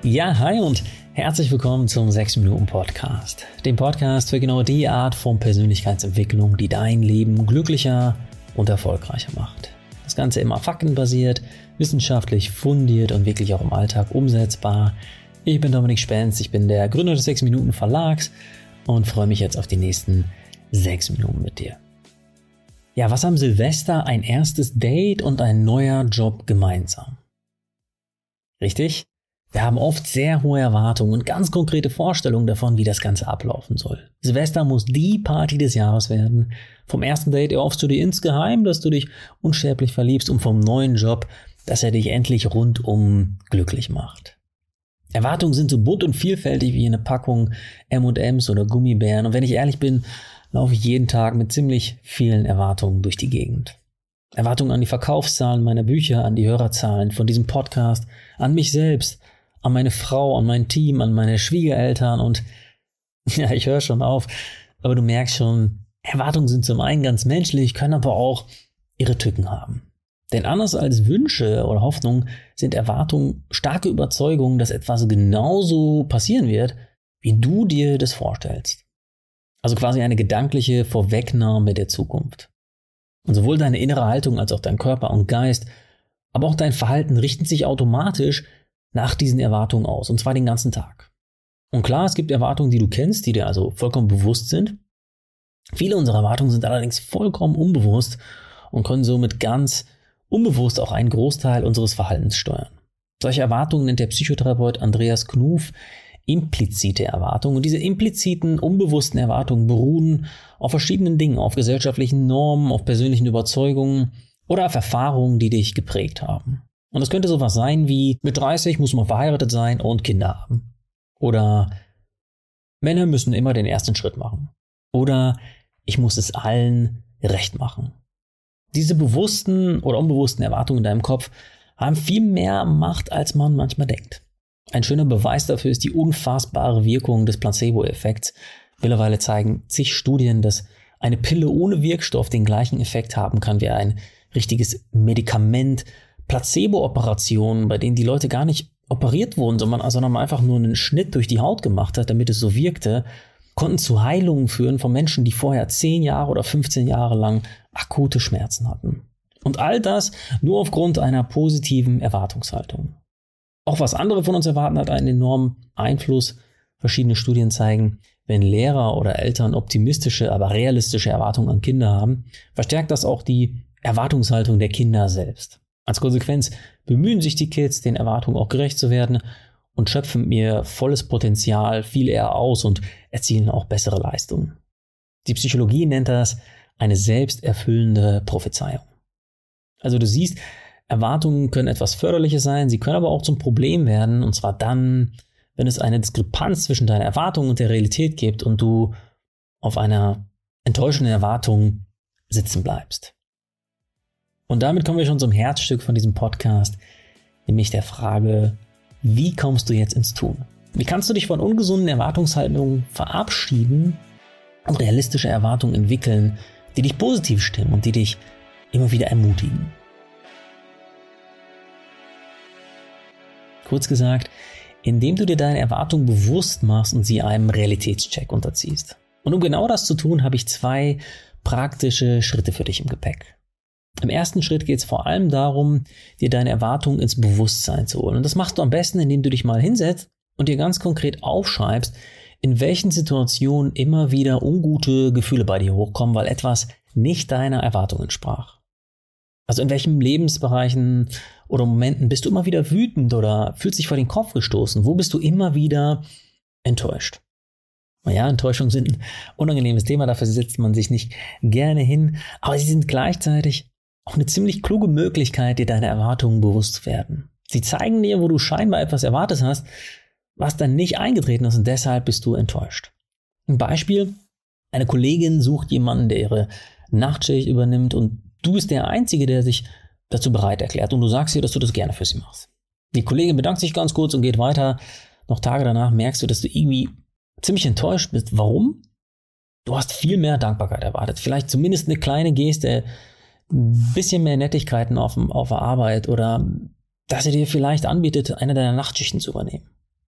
Ja, hi und herzlich willkommen zum 6-Minuten-Podcast. Dem Podcast für genau die Art von Persönlichkeitsentwicklung, die dein Leben glücklicher und erfolgreicher macht. Das Ganze immer faktenbasiert, wissenschaftlich fundiert und wirklich auch im Alltag umsetzbar. Ich bin Dominik Spenz, ich bin der Gründer des 6-Minuten-Verlags und freue mich jetzt auf die nächsten 6 Minuten mit dir. Ja, was haben Silvester, ein erstes Date und ein neuer Job gemeinsam? Richtig? Wir haben oft sehr hohe Erwartungen und ganz konkrete Vorstellungen davon, wie das Ganze ablaufen soll. Silvester muss die Party des Jahres werden. Vom ersten Date erhoffst du dir insgeheim, dass du dich unsterblich verliebst, und vom neuen Job, dass er dich endlich rundum glücklich macht. Erwartungen sind so bunt und vielfältig wie eine Packung M&M's oder Gummibären, und wenn ich ehrlich bin, laufe ich jeden Tag mit ziemlich vielen Erwartungen durch die Gegend. Erwartungen an die Verkaufszahlen meiner Bücher, an die Hörerzahlen von diesem Podcast, an mich selbst, an meine Frau, an mein Team, an meine Schwiegereltern und ja, ich höre schon auf, aber du merkst schon, Erwartungen sind zum einen ganz menschlich, können aber auch ihre Tücken haben. Denn anders als Wünsche oder Hoffnungen sind Erwartungen starke Überzeugungen, dass etwas genauso passieren wird, wie du dir das vorstellst. Also quasi eine gedankliche Vorwegnahme der Zukunft. Und sowohl deine innere Haltung als auch dein Körper und Geist, aber auch dein Verhalten richten sich automatisch nach diesen Erwartungen aus, und zwar den ganzen Tag. Und klar, es gibt Erwartungen, die du kennst, die dir also vollkommen bewusst sind. Viele unserer Erwartungen sind allerdings vollkommen unbewusst und können somit ganz unbewusst auch einen Großteil unseres Verhaltens steuern. Solche Erwartungen nennt der Psychotherapeut Andreas Knuth implizite Erwartungen. Und diese impliziten, unbewussten Erwartungen beruhen auf verschiedenen Dingen, auf gesellschaftlichen Normen, auf persönlichen Überzeugungen oder auf Erfahrungen, die dich geprägt haben. Und das könnte sowas sein wie, mit 30 muss man verheiratet sein und Kinder haben. Oder Männer müssen immer den ersten Schritt machen. Oder ich muss es allen recht machen. Diese bewussten oder unbewussten Erwartungen in deinem Kopf haben viel mehr Macht, als man manchmal denkt. Ein schöner Beweis dafür ist die unfassbare Wirkung des Placebo-Effekts. Mittlerweile zeigen zig Studien, dass eine Pille ohne Wirkstoff den gleichen Effekt haben kann wie ein richtiges Medikament. Placebo-Operationen, bei denen die Leute gar nicht operiert wurden, sondern einfach nur einen Schnitt durch die Haut gemacht hat, damit es so wirkte, konnten zu Heilungen führen von Menschen, die vorher 10 Jahre oder 15 Jahre lang akute Schmerzen hatten. Und all das nur aufgrund einer positiven Erwartungshaltung. Auch was andere von uns erwarten, hat einen enormen Einfluss. Verschiedene Studien zeigen, wenn Lehrer oder Eltern optimistische, aber realistische Erwartungen an Kinder haben, verstärkt das auch die Erwartungshaltung der Kinder selbst. Als Konsequenz bemühen sich die Kids, den Erwartungen auch gerecht zu werden und schöpfen ihr volles Potenzial viel eher aus und erzielen auch bessere Leistungen. Die Psychologie nennt das eine selbsterfüllende Prophezeiung. Also du siehst, Erwartungen können etwas Förderliches sein, sie können aber auch zum Problem werden, und zwar dann, wenn es eine Diskrepanz zwischen deiner Erwartung und der Realität gibt und du auf einer enttäuschenden Erwartung sitzen bleibst. Und damit kommen wir schon zum Herzstück von diesem Podcast, nämlich der Frage, wie kommst du jetzt ins Tun? Wie kannst du dich von ungesunden Erwartungshaltungen verabschieden und realistische Erwartungen entwickeln, die dich positiv stimmen und die dich immer wieder ermutigen? Kurz gesagt, indem du dir deine Erwartungen bewusst machst und sie einem Realitätscheck unterziehst. Und um genau das zu tun, habe ich 2 praktische Schritte für dich im Gepäck. Im ersten Schritt geht es vor allem darum, dir deine Erwartungen ins Bewusstsein zu holen. Und das machst du am besten, indem du dich mal hinsetzt und dir ganz konkret aufschreibst, in welchen Situationen immer wieder ungute Gefühle bei dir hochkommen, weil etwas nicht deiner Erwartung entsprach. Also in welchen Lebensbereichen oder Momenten bist du immer wieder wütend oder fühlst dich vor den Kopf gestoßen? Wo bist du immer wieder enttäuscht? Naja, Enttäuschungen sind ein unangenehmes Thema, dafür setzt man sich nicht gerne hin, aber sie sind gleichzeitig auch eine ziemlich kluge Möglichkeit, dir deine Erwartungen bewusst zu werden. Sie zeigen dir, wo du scheinbar etwas erwartet hast, was dann nicht eingetreten ist, und deshalb bist du enttäuscht. Ein Beispiel: Eine Kollegin sucht jemanden, der ihre Nachtschicht übernimmt, und du bist der Einzige, der sich dazu bereit erklärt, und du sagst ihr, dass du das gerne für sie machst. Die Kollegin bedankt sich ganz kurz und geht weiter. Noch Tage danach merkst du, dass du irgendwie ziemlich enttäuscht bist. Warum? Du hast viel mehr Dankbarkeit erwartet. Vielleicht zumindest eine kleine Geste, ein bisschen mehr Nettigkeiten auf der Arbeit, oder dass er dir vielleicht anbietet, eine deiner Nachtschichten zu übernehmen.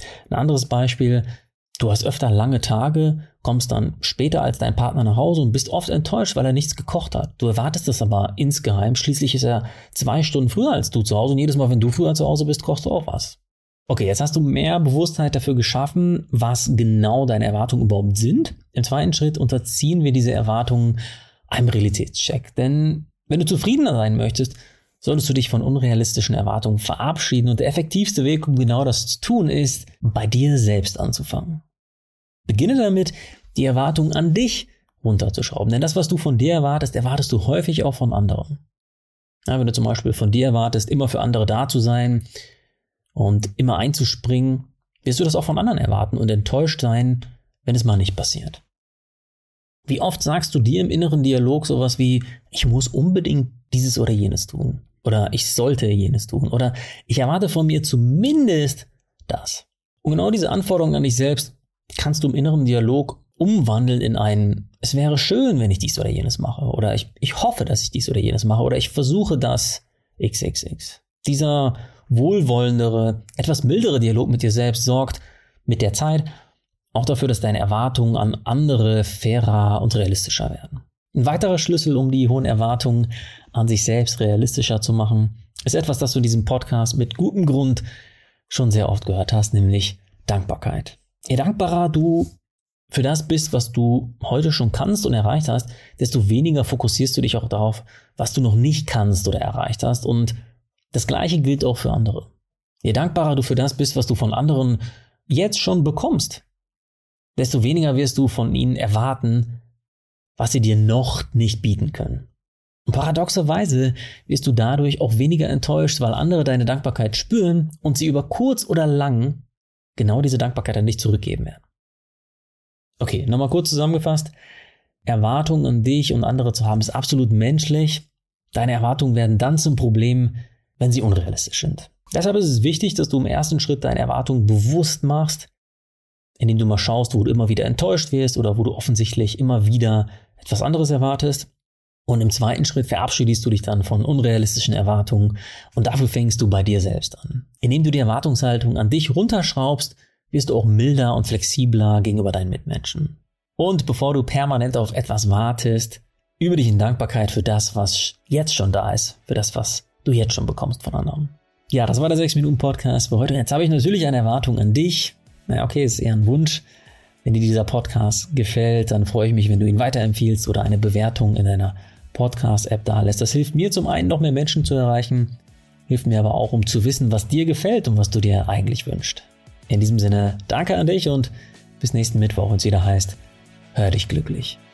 Ein anderes Beispiel, du hast öfter lange Tage, kommst dann später als dein Partner nach Hause und bist oft enttäuscht, weil er nichts gekocht hat. Du erwartest das aber insgeheim, schließlich ist er 2 Stunden früher als du zu Hause und jedes Mal, wenn du früher zu Hause bist, kochst du auch was. Okay, jetzt hast du mehr Bewusstheit dafür geschaffen, was genau deine Erwartungen überhaupt sind. Im zweiten Schritt unterziehen wir diese Erwartungen einem Realitätscheck. Denn wenn du zufriedener sein möchtest, solltest du dich von unrealistischen Erwartungen verabschieden. Und der effektivste Weg, um genau das zu tun, ist, bei dir selbst anzufangen. Beginne damit, die Erwartungen an dich runterzuschrauben. Denn das, was du von dir erwartest, erwartest du häufig auch von anderen. Ja, wenn du zum Beispiel von dir erwartest, immer für andere da zu sein und immer einzuspringen, wirst du das auch von anderen erwarten und enttäuscht sein, wenn es mal nicht passiert. Wie oft sagst du dir im inneren Dialog sowas wie, ich muss unbedingt dieses oder jenes tun oder ich sollte jenes tun oder ich erwarte von mir zumindest das. Und genau diese Anforderungen an dich selbst kannst du im inneren Dialog umwandeln in ein, es wäre schön, wenn ich dies oder jenes mache oder ich hoffe, dass ich dies oder jenes mache oder ich versuche das XXX. Dieser wohlwollendere, etwas mildere Dialog mit dir selbst sorgt mit der Zeit auch dafür, dass deine Erwartungen an andere fairer und realistischer werden. Ein weiterer Schlüssel, um die hohen Erwartungen an sich selbst realistischer zu machen, ist etwas, das du in diesem Podcast mit gutem Grund schon sehr oft gehört hast, nämlich Dankbarkeit. Je dankbarer du für das bist, was du heute schon kannst und erreicht hast, desto weniger fokussierst du dich auch darauf, was du noch nicht kannst oder erreicht hast. Und das Gleiche gilt auch für andere. Je dankbarer du für das bist, was du von anderen jetzt schon bekommst, desto weniger wirst du von ihnen erwarten, was sie dir noch nicht bieten können. Und paradoxerweise wirst du dadurch auch weniger enttäuscht, weil andere deine Dankbarkeit spüren und sie über kurz oder lang genau diese Dankbarkeit an dich zurückgeben werden. Okay, nochmal kurz zusammengefasst. Erwartungen an dich und andere zu haben ist absolut menschlich. Deine Erwartungen werden dann zum Problem, wenn sie unrealistisch sind. Deshalb ist es wichtig, dass du im ersten Schritt deine Erwartungen bewusst machst, indem du mal schaust, wo du immer wieder enttäuscht wirst oder wo du offensichtlich immer wieder etwas anderes erwartest. Und im zweiten Schritt verabschiedest du dich dann von unrealistischen Erwartungen und dafür fängst du bei dir selbst an. Indem du die Erwartungshaltung an dich runterschraubst, wirst du auch milder und flexibler gegenüber deinen Mitmenschen. Und bevor du permanent auf etwas wartest, übe dich in Dankbarkeit für das, was jetzt schon da ist, für das, was du jetzt schon bekommst von anderen. Ja, das war der 6-Minuten-Podcast für heute. Jetzt habe ich natürlich eine Erwartung an dich. Naja, okay, ist eher ein Wunsch. Wenn dir dieser Podcast gefällt, dann freue ich mich, wenn du ihn weiterempfiehlst oder eine Bewertung in deiner Podcast-App da lässt. Das hilft mir zum einen, noch mehr Menschen zu erreichen, hilft mir aber auch, um zu wissen, was dir gefällt und was du dir eigentlich wünschst. In diesem Sinne, danke an dich und bis nächsten Mittwoch, wenn es wieder heißt, hör dich glücklich.